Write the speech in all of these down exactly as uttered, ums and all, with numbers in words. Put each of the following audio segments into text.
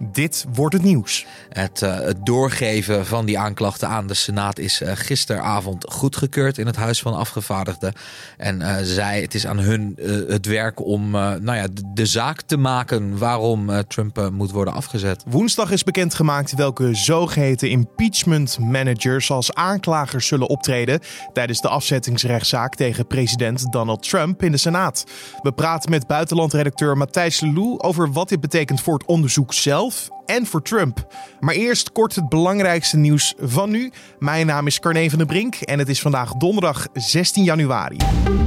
Dit wordt het nieuws. Het, uh, het doorgeven van die aanklachten aan de Senaat is uh, gisteravond goedgekeurd in het Huis van Afgevaardigden. En uh, zij, het is aan hun uh, het werk om uh, nou ja, de, de zaak te maken waarom uh, Trump uh, moet worden afgezet. Woensdag is bekendgemaakt welke zogeheten impeachment managers als aanklagers zullen optreden tijdens de afzettingsrechtszaak tegen president Donald Trump in de Senaat. We praten met buitenlandredacteur Matthijs Lelou over wat dit betekent voor het onderzoek zelf en voor Trump. Maar eerst kort het belangrijkste nieuws van nu. Mijn naam is Carne van den Brink en het is vandaag donderdag zestien januari.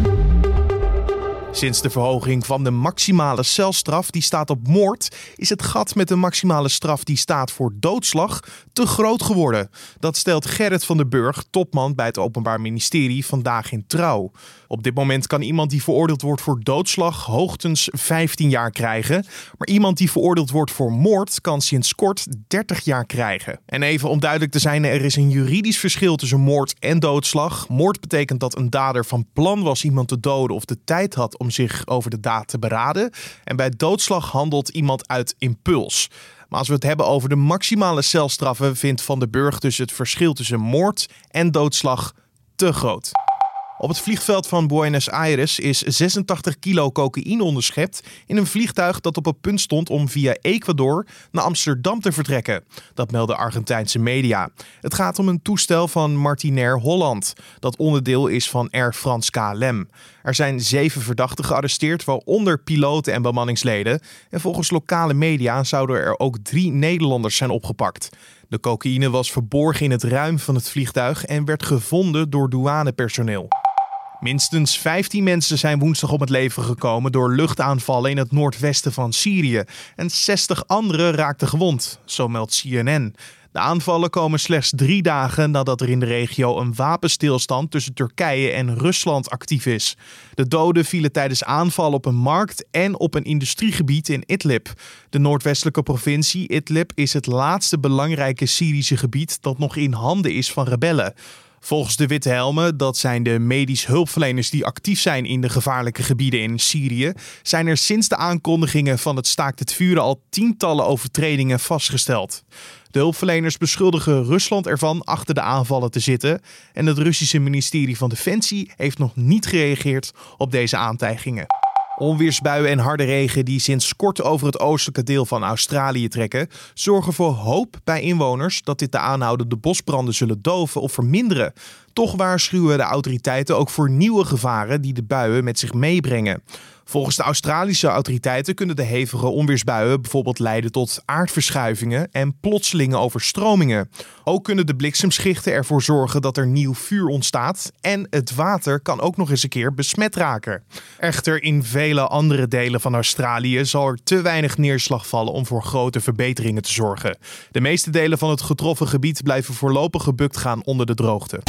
Sinds de verhoging van de maximale celstraf die staat op moord, is het gat met de maximale straf die staat voor doodslag te groot geworden. Dat stelt Gerrit van den Burg, topman bij het Openbaar Ministerie, vandaag in Trouw. Op dit moment kan iemand die veroordeeld wordt voor doodslag hoogstens vijftien jaar krijgen. Maar iemand die veroordeeld wordt voor moord kan sinds kort dertig jaar krijgen. En even om duidelijk te zijn, er is een juridisch verschil tussen moord en doodslag. Moord betekent dat een dader van plan was iemand te doden of de tijd had om zich over de daad te beraden. En bij doodslag handelt iemand uit impuls. Maar als we het hebben over de maximale celstraffen, vindt Van den Burg dus het verschil tussen moord en doodslag te groot. Op het vliegveld van Buenos Aires is zesentachtig kilo cocaïne onderschept in een vliegtuig dat op het punt stond om via Ecuador naar Amsterdam te vertrekken. Dat melden Argentijnse media. Het gaat om een toestel van Martinair Holland, dat onderdeel is van Air France K L M. Er zijn zeven verdachten gearresteerd, waaronder piloten en bemanningsleden. En volgens lokale media zouden er ook drie Nederlanders zijn opgepakt. De cocaïne was verborgen in het ruim van het vliegtuig en werd gevonden door douanepersoneel. Minstens vijftien mensen zijn woensdag om het leven gekomen door luchtaanvallen in het noordwesten van Syrië. En zestig anderen raakten gewond, zo meldt C N N. De aanvallen komen slechts drie dagen nadat er in de regio een wapenstilstand tussen Turkije en Rusland actief is. De doden vielen tijdens aanvallen op een markt en op een industriegebied in Idlib. De noordwestelijke provincie Idlib is het laatste belangrijke Syrische gebied dat nog in handen is van rebellen. Volgens de Witte Helmen, dat zijn de medisch hulpverleners die actief zijn in de gevaarlijke gebieden in Syrië, zijn er sinds de aankondigingen van het staakt het vuren al tientallen overtredingen vastgesteld. De hulpverleners beschuldigen Rusland ervan achter de aanvallen te zitten en het Russische ministerie van Defensie heeft nog niet gereageerd op deze aantijgingen. Onweersbuien en harde regen die sinds kort over het oostelijke deel van Australië trekken, zorgen voor hoop bij inwoners dat dit de aanhoudende bosbranden zullen doven of verminderen. Toch waarschuwen de autoriteiten ook voor nieuwe gevaren die de buien met zich meebrengen. Volgens de Australische autoriteiten kunnen de hevige onweersbuien bijvoorbeeld leiden tot aardverschuivingen en plotselinge overstromingen. Ook kunnen de bliksemschichten ervoor zorgen dat er nieuw vuur ontstaat en het water kan ook nog eens een keer besmet raken. Echter, in vele andere delen van Australië zal er te weinig neerslag vallen om voor grote verbeteringen te zorgen. De meeste delen van het getroffen gebied blijven voorlopig gebukt gaan onder de droogte.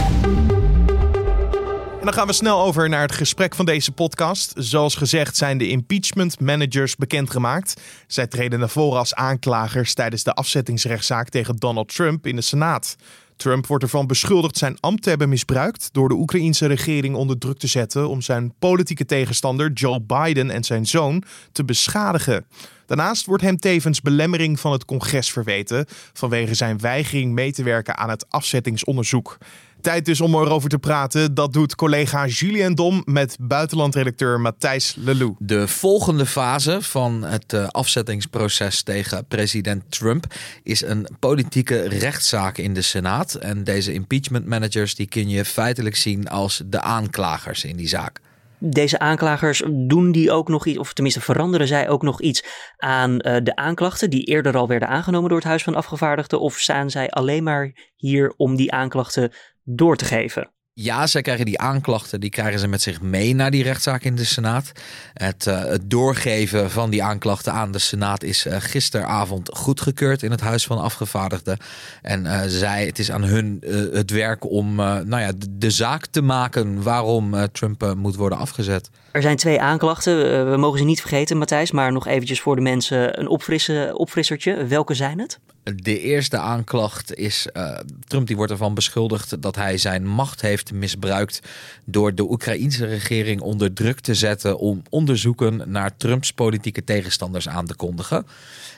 En dan gaan we snel over naar het gesprek van deze podcast. Zoals gezegd zijn de impeachment managers bekendgemaakt. Zij treden naar voren als aanklagers tijdens de afzettingsrechtszaak tegen Donald Trump in de Senaat. Trump wordt ervan beschuldigd zijn ambt te hebben misbruikt door de Oekraïense regering onder druk te zetten om zijn politieke tegenstander Joe Biden en zijn zoon te beschadigen. Daarnaast wordt hem tevens belemmering van het congres verweten vanwege zijn weigering mee te werken aan het afzettingsonderzoek. Tijd dus om erover te praten. Dat doet collega Julien Dom met buitenlandredacteur Matthijs Lelou. De volgende fase van het uh, afzettingsproces tegen president Trump is een politieke rechtszaak in de Senaat. En deze impeachment managers die kun je feitelijk zien als de aanklagers in die zaak. Deze aanklagers, doen die ook nog iets, of tenminste veranderen zij ook nog iets aan uh, de aanklachten die eerder al werden aangenomen door het Huis van Afgevaardigden? Of staan zij alleen maar hier om die aanklachten door te geven? Ja, zij krijgen die aanklachten, die krijgen ze met zich mee naar die rechtszaak in de Senaat. Het, uh, het doorgeven van die aanklachten aan de Senaat is uh, gisteravond goedgekeurd in het Huis van Afgevaardigden. En uh, zij, het is aan hun uh, het werk om uh, nou ja, de, de zaak te maken waarom uh, Trump uh, moet worden afgezet. Er zijn twee aanklachten, uh, we mogen ze niet vergeten, Matthijs, maar nog eventjes voor de mensen een opfrissen, opfrissertje. Welke zijn het? De eerste aanklacht is, uh, Trump die wordt ervan beschuldigd dat hij zijn macht heeft misbruikt door de Oekraïense regering onder druk te zetten om onderzoeken naar Trumps politieke tegenstanders aan te kondigen.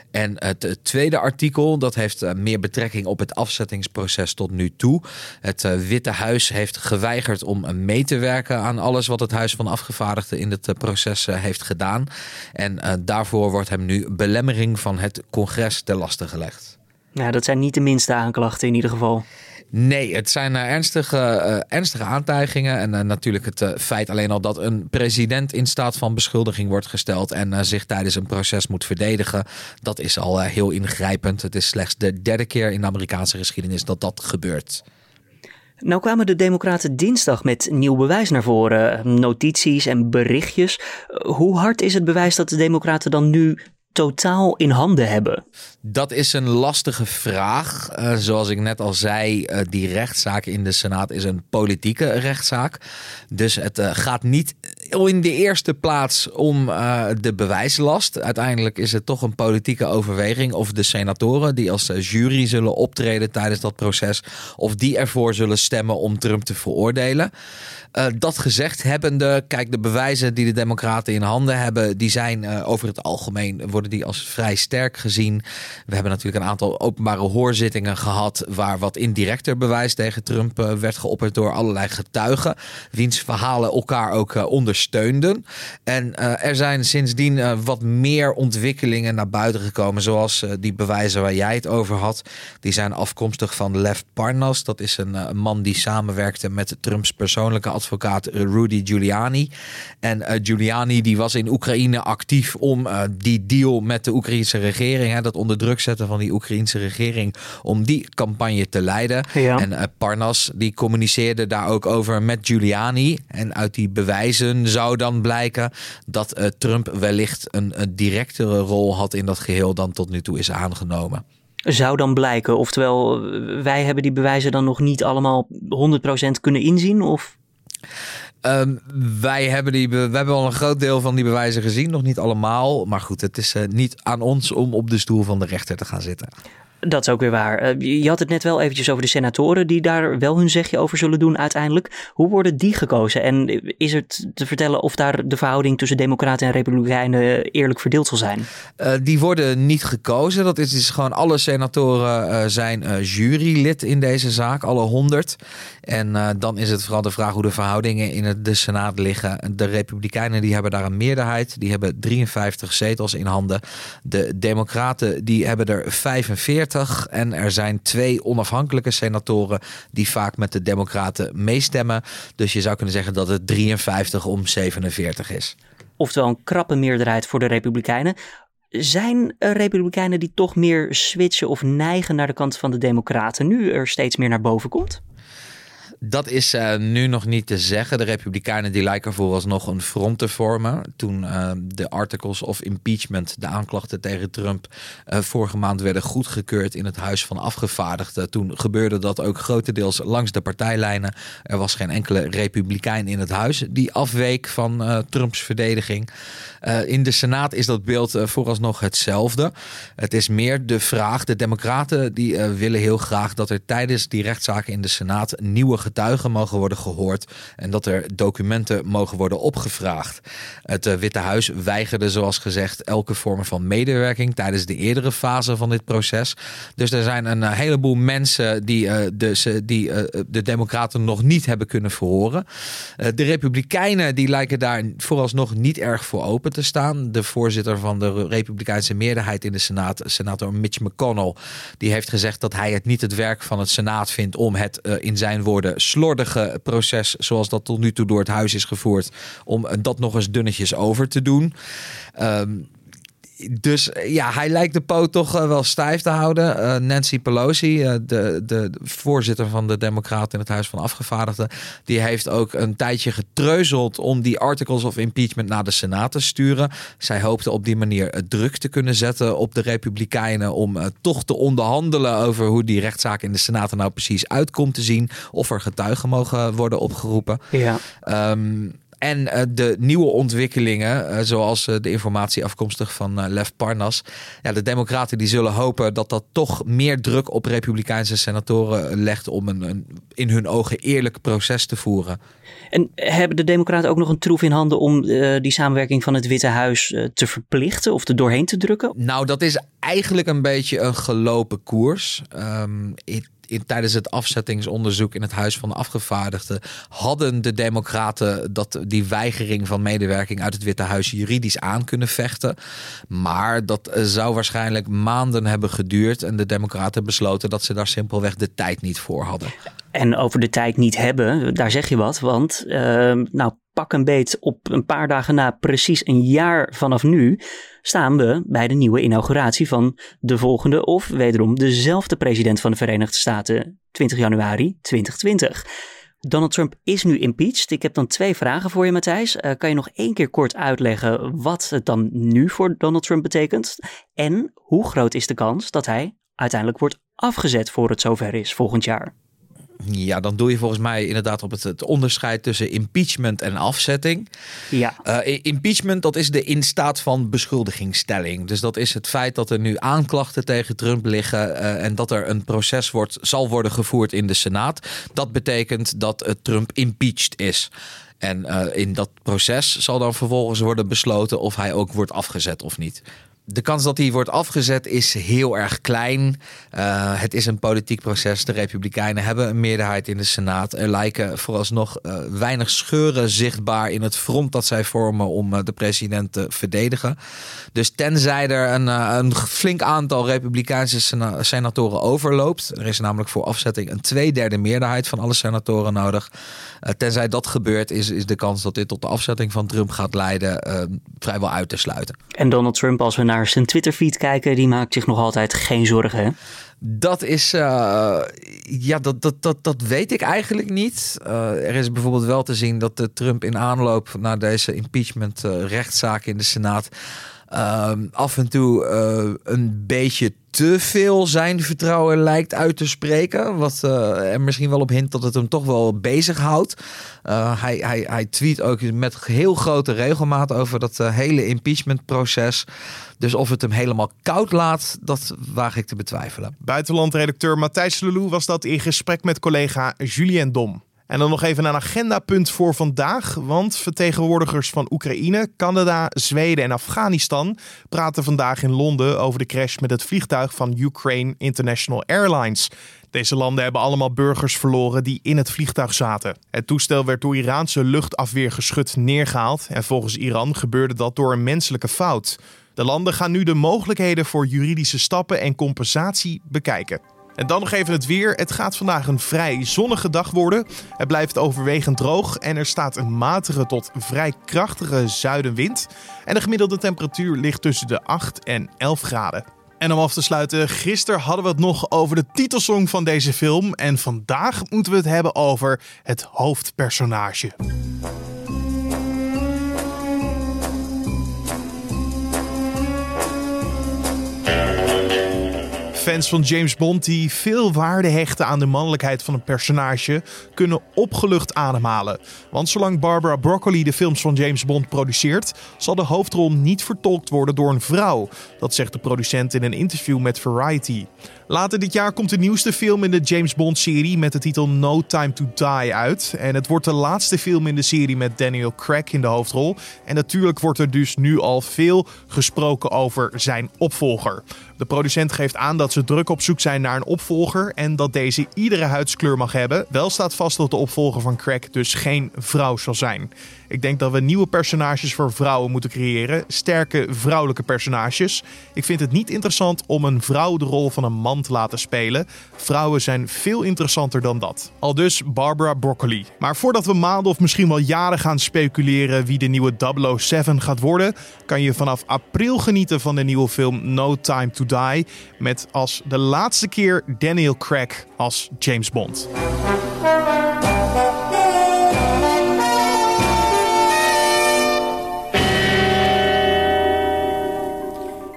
En het tweede artikel, dat heeft meer betrekking op het afzettingsproces tot nu toe. Het Witte Huis heeft geweigerd om mee te werken aan alles wat het Huis van Afgevaardigden in het proces heeft gedaan. En uh, daarvoor wordt hem nu belemmering van het congres ten laste gelegd. Ja, dat zijn niet de minste aanklachten in ieder geval. Nee, het zijn uh, ernstige, uh, ernstige aantijgingen. En uh, natuurlijk het uh, feit alleen al dat een president in staat van beschuldiging wordt gesteld en uh, zich tijdens een proces moet verdedigen. Dat is al uh, heel ingrijpend. Het is slechts de derde keer in de Amerikaanse geschiedenis dat dat gebeurt. Nou kwamen de Democraten dinsdag met nieuw bewijs naar voren. Notities en berichtjes. Hoe hard is het bewijs dat de Democraten dan nu totaal in handen hebben? Dat is een lastige vraag. Uh, zoals ik net al zei, uh, die rechtszaak in de Senaat is een politieke rechtszaak. Dus het uh, gaat niet in de eerste plaats om uh, de bewijslast. Uiteindelijk is het toch een politieke overweging of de senatoren die als jury zullen optreden tijdens dat proces, of die ervoor zullen stemmen om Trump te veroordelen. Uh, dat gezegd hebbende, kijk, de bewijzen die de Democraten in handen hebben, die zijn uh, over het algemeen, worden die als vrij sterk gezien. We hebben natuurlijk een aantal openbare hoorzittingen gehad waar wat indirecter bewijs tegen Trump uh, werd geopperd door allerlei getuigen, wiens verhalen elkaar ook uh, ondersteunden. En uh, er zijn sindsdien uh, wat meer ontwikkelingen naar buiten gekomen, zoals uh, die bewijzen waar jij het over had. Die zijn afkomstig van Lev Parnas. Dat is een uh, man die samenwerkte met Trumps persoonlijke advocaat Rudy Giuliani. En uh, Giuliani die was in Oekraïne actief om uh, die deal met de Oekraïnse regering, hè, dat onder druk zetten van die Oekraïnse regering, om die campagne te leiden. Ja. En uh, Parnas die communiceerde daar ook over met Giuliani. En uit die bewijzen zou dan blijken dat uh, Trump wellicht een, een directere rol had in dat geheel dan tot nu toe is aangenomen. Zou dan blijken, oftewel wij hebben die bewijzen dan nog niet allemaal honderd procent kunnen inzien, of? Um, wij hebben die, we hebben al een groot deel van die bewijzen gezien, nog niet allemaal. Maar goed, het is uh, niet aan ons om op de stoel van de rechter te gaan zitten. Dat is ook weer waar. Uh, je had het net wel eventjes over de senatoren die daar wel hun zegje over zullen doen uiteindelijk. Hoe worden die gekozen? En is het te vertellen of daar de verhouding tussen democraten en republikeinen eerlijk verdeeld zal zijn? Uh, die worden niet gekozen. Dat is dus gewoon alle senatoren uh, zijn uh, jurylid in deze zaak, alle honderd. En uh, dan is het vooral de vraag hoe de verhoudingen in het, de Senaat liggen. De republikeinen die hebben daar een meerderheid. Die hebben drieënvijftig zetels in handen. De democraten die hebben er vijfenveertig. En er zijn twee onafhankelijke senatoren die vaak met de democraten meestemmen. Dus je zou kunnen zeggen dat het drieënvijftig om zevenenveertig is. Oftewel een krappe meerderheid voor de republikeinen. Zijn er republikeinen die toch meer switchen of neigen naar de kant van de democraten nu er steeds meer naar boven komt? Dat is uh, nu nog niet te zeggen. De Republikeinen die lijken vooralsnog een front te vormen. Toen uh, de articles of impeachment, de aanklachten tegen Trump, uh, vorige maand werden goedgekeurd in het Huis van Afgevaardigden. Toen gebeurde dat ook grotendeels langs de partijlijnen. Er was geen enkele Republikein in het huis die afweek van uh, Trumps verdediging. Uh, in de Senaat is dat beeld uh, vooralsnog hetzelfde. Het is meer de vraag, de Democraten die uh, willen heel graag dat er tijdens die rechtszaken in de Senaat nieuwe getuigen mogen worden gehoord en dat er documenten mogen worden opgevraagd. Het uh, Witte Huis weigerde, zoals gezegd, elke vorm van medewerking tijdens de eerdere fase van dit proces. Dus er zijn een uh, heleboel mensen die, uh, de, die uh, de Democraten nog niet hebben kunnen verhoren. Uh, de Republikeinen die lijken daar vooralsnog niet erg voor open te staan. De voorzitter van de Republikeinse meerderheid in de Senaat, senator Mitch McConnell, die heeft gezegd dat hij het niet het werk van het Senaat vindt om het uh, in zijn woorden slordige proces, zoals dat tot nu toe door het huis is gevoerd, om dat nog eens dunnetjes over te doen. Um, Dus ja, hij lijkt de poot toch uh, wel stijf te houden. Uh, Nancy Pelosi, uh, de, de voorzitter van de Democraten in het Huis van Afgevaardigden, die heeft ook een tijdje getreuzeld om die articles of impeachment naar de Senaat te sturen. Zij hoopte op die manier uh, druk te kunnen zetten op de Republikeinen om uh, toch te onderhandelen over hoe die rechtszaak in de Senaat er nou precies uit komt te zien. Of er getuigen mogen worden opgeroepen. Ja. Um, en uh, de nieuwe ontwikkelingen, uh, zoals uh, de informatie afkomstig van uh, Lev Parnas. Ja, de democraten die zullen hopen dat dat toch meer druk op republikeinse senatoren legt om een, een in hun ogen eerlijk proces te voeren. En hebben de democraten ook nog een troef in handen om uh, die samenwerking van het Witte Huis uh, te verplichten of er doorheen te drukken? Nou, dat is eigenlijk een beetje een gelopen koers. Um, in, in, tijdens het afzettingsonderzoek in het Huis van de Afgevaardigden hadden de democraten dat die weigering van medewerking uit het Witte Huis juridisch aan kunnen vechten. Maar dat zou waarschijnlijk maanden hebben geduurd en de democraten besloten dat ze daar simpelweg de tijd niet voor hadden. En over de tijd niet hebben, daar zeg je wat, want uh, nou pak een beet op een paar dagen na, precies een jaar vanaf nu, staan we bij de nieuwe inauguratie van de volgende of wederom dezelfde president van de Verenigde Staten, twintig januari tweeduizend twintig. Donald Trump is nu impeached. Ik heb dan twee vragen voor je, Matthijs. Uh, kan je nog één keer kort uitleggen wat het dan nu voor Donald Trump betekent? En hoe groot is de kans dat hij uiteindelijk wordt afgezet voor het zover is volgend jaar? Ja, dan doe je volgens mij inderdaad op het, het onderscheid tussen impeachment en afzetting. Ja. Uh, impeachment, dat is de in staat van beschuldigingsstelling. Dus dat is het feit dat er nu aanklachten tegen Trump liggen uh, en dat er een proces wordt, zal worden gevoerd in de Senaat. Dat betekent dat uh, Trump impeached is. En uh, in dat proces zal dan vervolgens worden besloten of hij ook wordt afgezet of niet. De kans dat hij wordt afgezet is heel erg klein. Uh, het is een politiek proces. De Republikeinen hebben een meerderheid in de Senaat. Er lijken vooralsnog uh, weinig scheuren zichtbaar in het front dat zij vormen om uh, de president te verdedigen. Dus tenzij er een, uh, een flink aantal Republikeinse sena- senatoren overloopt. Er is namelijk voor afzetting een tweederde meerderheid van alle senatoren nodig. Uh, tenzij dat gebeurt is, is de kans dat dit tot de afzetting van Trump gaat leiden uh, vrijwel uit te sluiten. En Donald Trump, als we naar zijn Twitterfeed kijken, die maakt zich nog altijd geen zorgen, hè? Dat is, uh, ja, dat, dat, dat, dat weet ik eigenlijk niet. Uh, er is bijvoorbeeld wel te zien dat de Trump in aanloop naar deze impeachment uh, rechtszaak in de Senaat uh, af en toe uh, een beetje te veel zijn vertrouwen lijkt uit te spreken. Wat uh, er misschien wel op hint dat het hem toch wel bezighoudt. Uh, hij, hij, hij tweet ook met heel grote regelmaat over dat uh, hele impeachmentproces. Dus of het hem helemaal koud laat, dat waag ik te betwijfelen. Buitenlandredacteur Matthijs Lelou was dat in gesprek met collega Julien Dom. En dan nog even een agendapunt voor vandaag, want vertegenwoordigers van Oekraïne, Canada, Zweden en Afghanistan praten vandaag in Londen over de crash met het vliegtuig van Ukraine International Airlines. Deze landen hebben allemaal burgers verloren die in het vliegtuig zaten. Het toestel werd door Iraanse luchtafweergeschut neergehaald en volgens Iran gebeurde dat door een menselijke fout. De landen gaan nu de mogelijkheden voor juridische stappen en compensatie bekijken. En dan nog even het weer. Het gaat vandaag een vrij zonnige dag worden. Het blijft overwegend droog en er staat een matige tot vrij krachtige zuidenwind. En de gemiddelde temperatuur ligt tussen de acht en elf graden. En om af te sluiten, gisteren hadden we het nog over de titelsong van deze film. En vandaag moeten we het hebben over het hoofdpersonage. Fans van James Bond die veel waarde hechten aan de mannelijkheid van een personage kunnen opgelucht ademhalen. Want zolang Barbara Broccoli de films van James Bond produceert, zal de hoofdrol niet vertolkt worden door een vrouw. Dat zegt de producent in een interview met Variety. Later dit jaar komt de nieuwste film in de James Bond-serie met de titel No Time to Die uit. En het wordt de laatste film in de serie met Daniel Craig in de hoofdrol. En natuurlijk wordt er dus nu al veel gesproken over zijn opvolger. De producent geeft aan dat ze druk op zoek zijn naar een opvolger en dat deze iedere huidskleur mag hebben. Wel staat vast dat de opvolger van Craig dus geen vrouw zal zijn. Ik denk dat we nieuwe personages voor vrouwen moeten creëren. Sterke vrouwelijke personages. Ik vind het niet interessant om een vrouw de rol van een man te laten spelen. Vrouwen zijn veel interessanter dan dat. Aldus Barbara Broccoli. Maar voordat we maanden of misschien wel jaren gaan speculeren wie de nieuwe double oh seven gaat worden, kan je vanaf april genieten van de nieuwe film No Time to Die. Met als de laatste keer Daniel Craig als James Bond.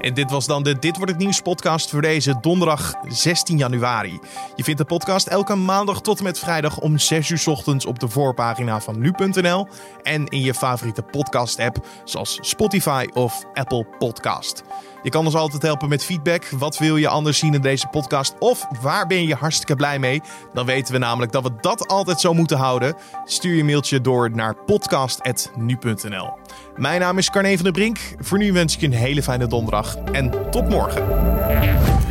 En dit was dan de Dit Wordt Het Nieuws podcast voor deze donderdag zestien januari. Je vindt de podcast elke maandag tot en met vrijdag om zes uur 's ochtends op de voorpagina van nu punt n l en in je favoriete podcast app zoals Spotify of Apple Podcast. Je kan ons altijd helpen met feedback. Wat wil je anders zien in deze podcast? Of waar ben je hartstikke blij mee? Dan weten we namelijk dat we dat altijd zo moeten houden. Stuur je een mailtje door naar podcast apenstaartje nu punt n l. Mijn naam is Carne van der Brink. Voor nu wens ik je een hele fijne donderdag en tot morgen.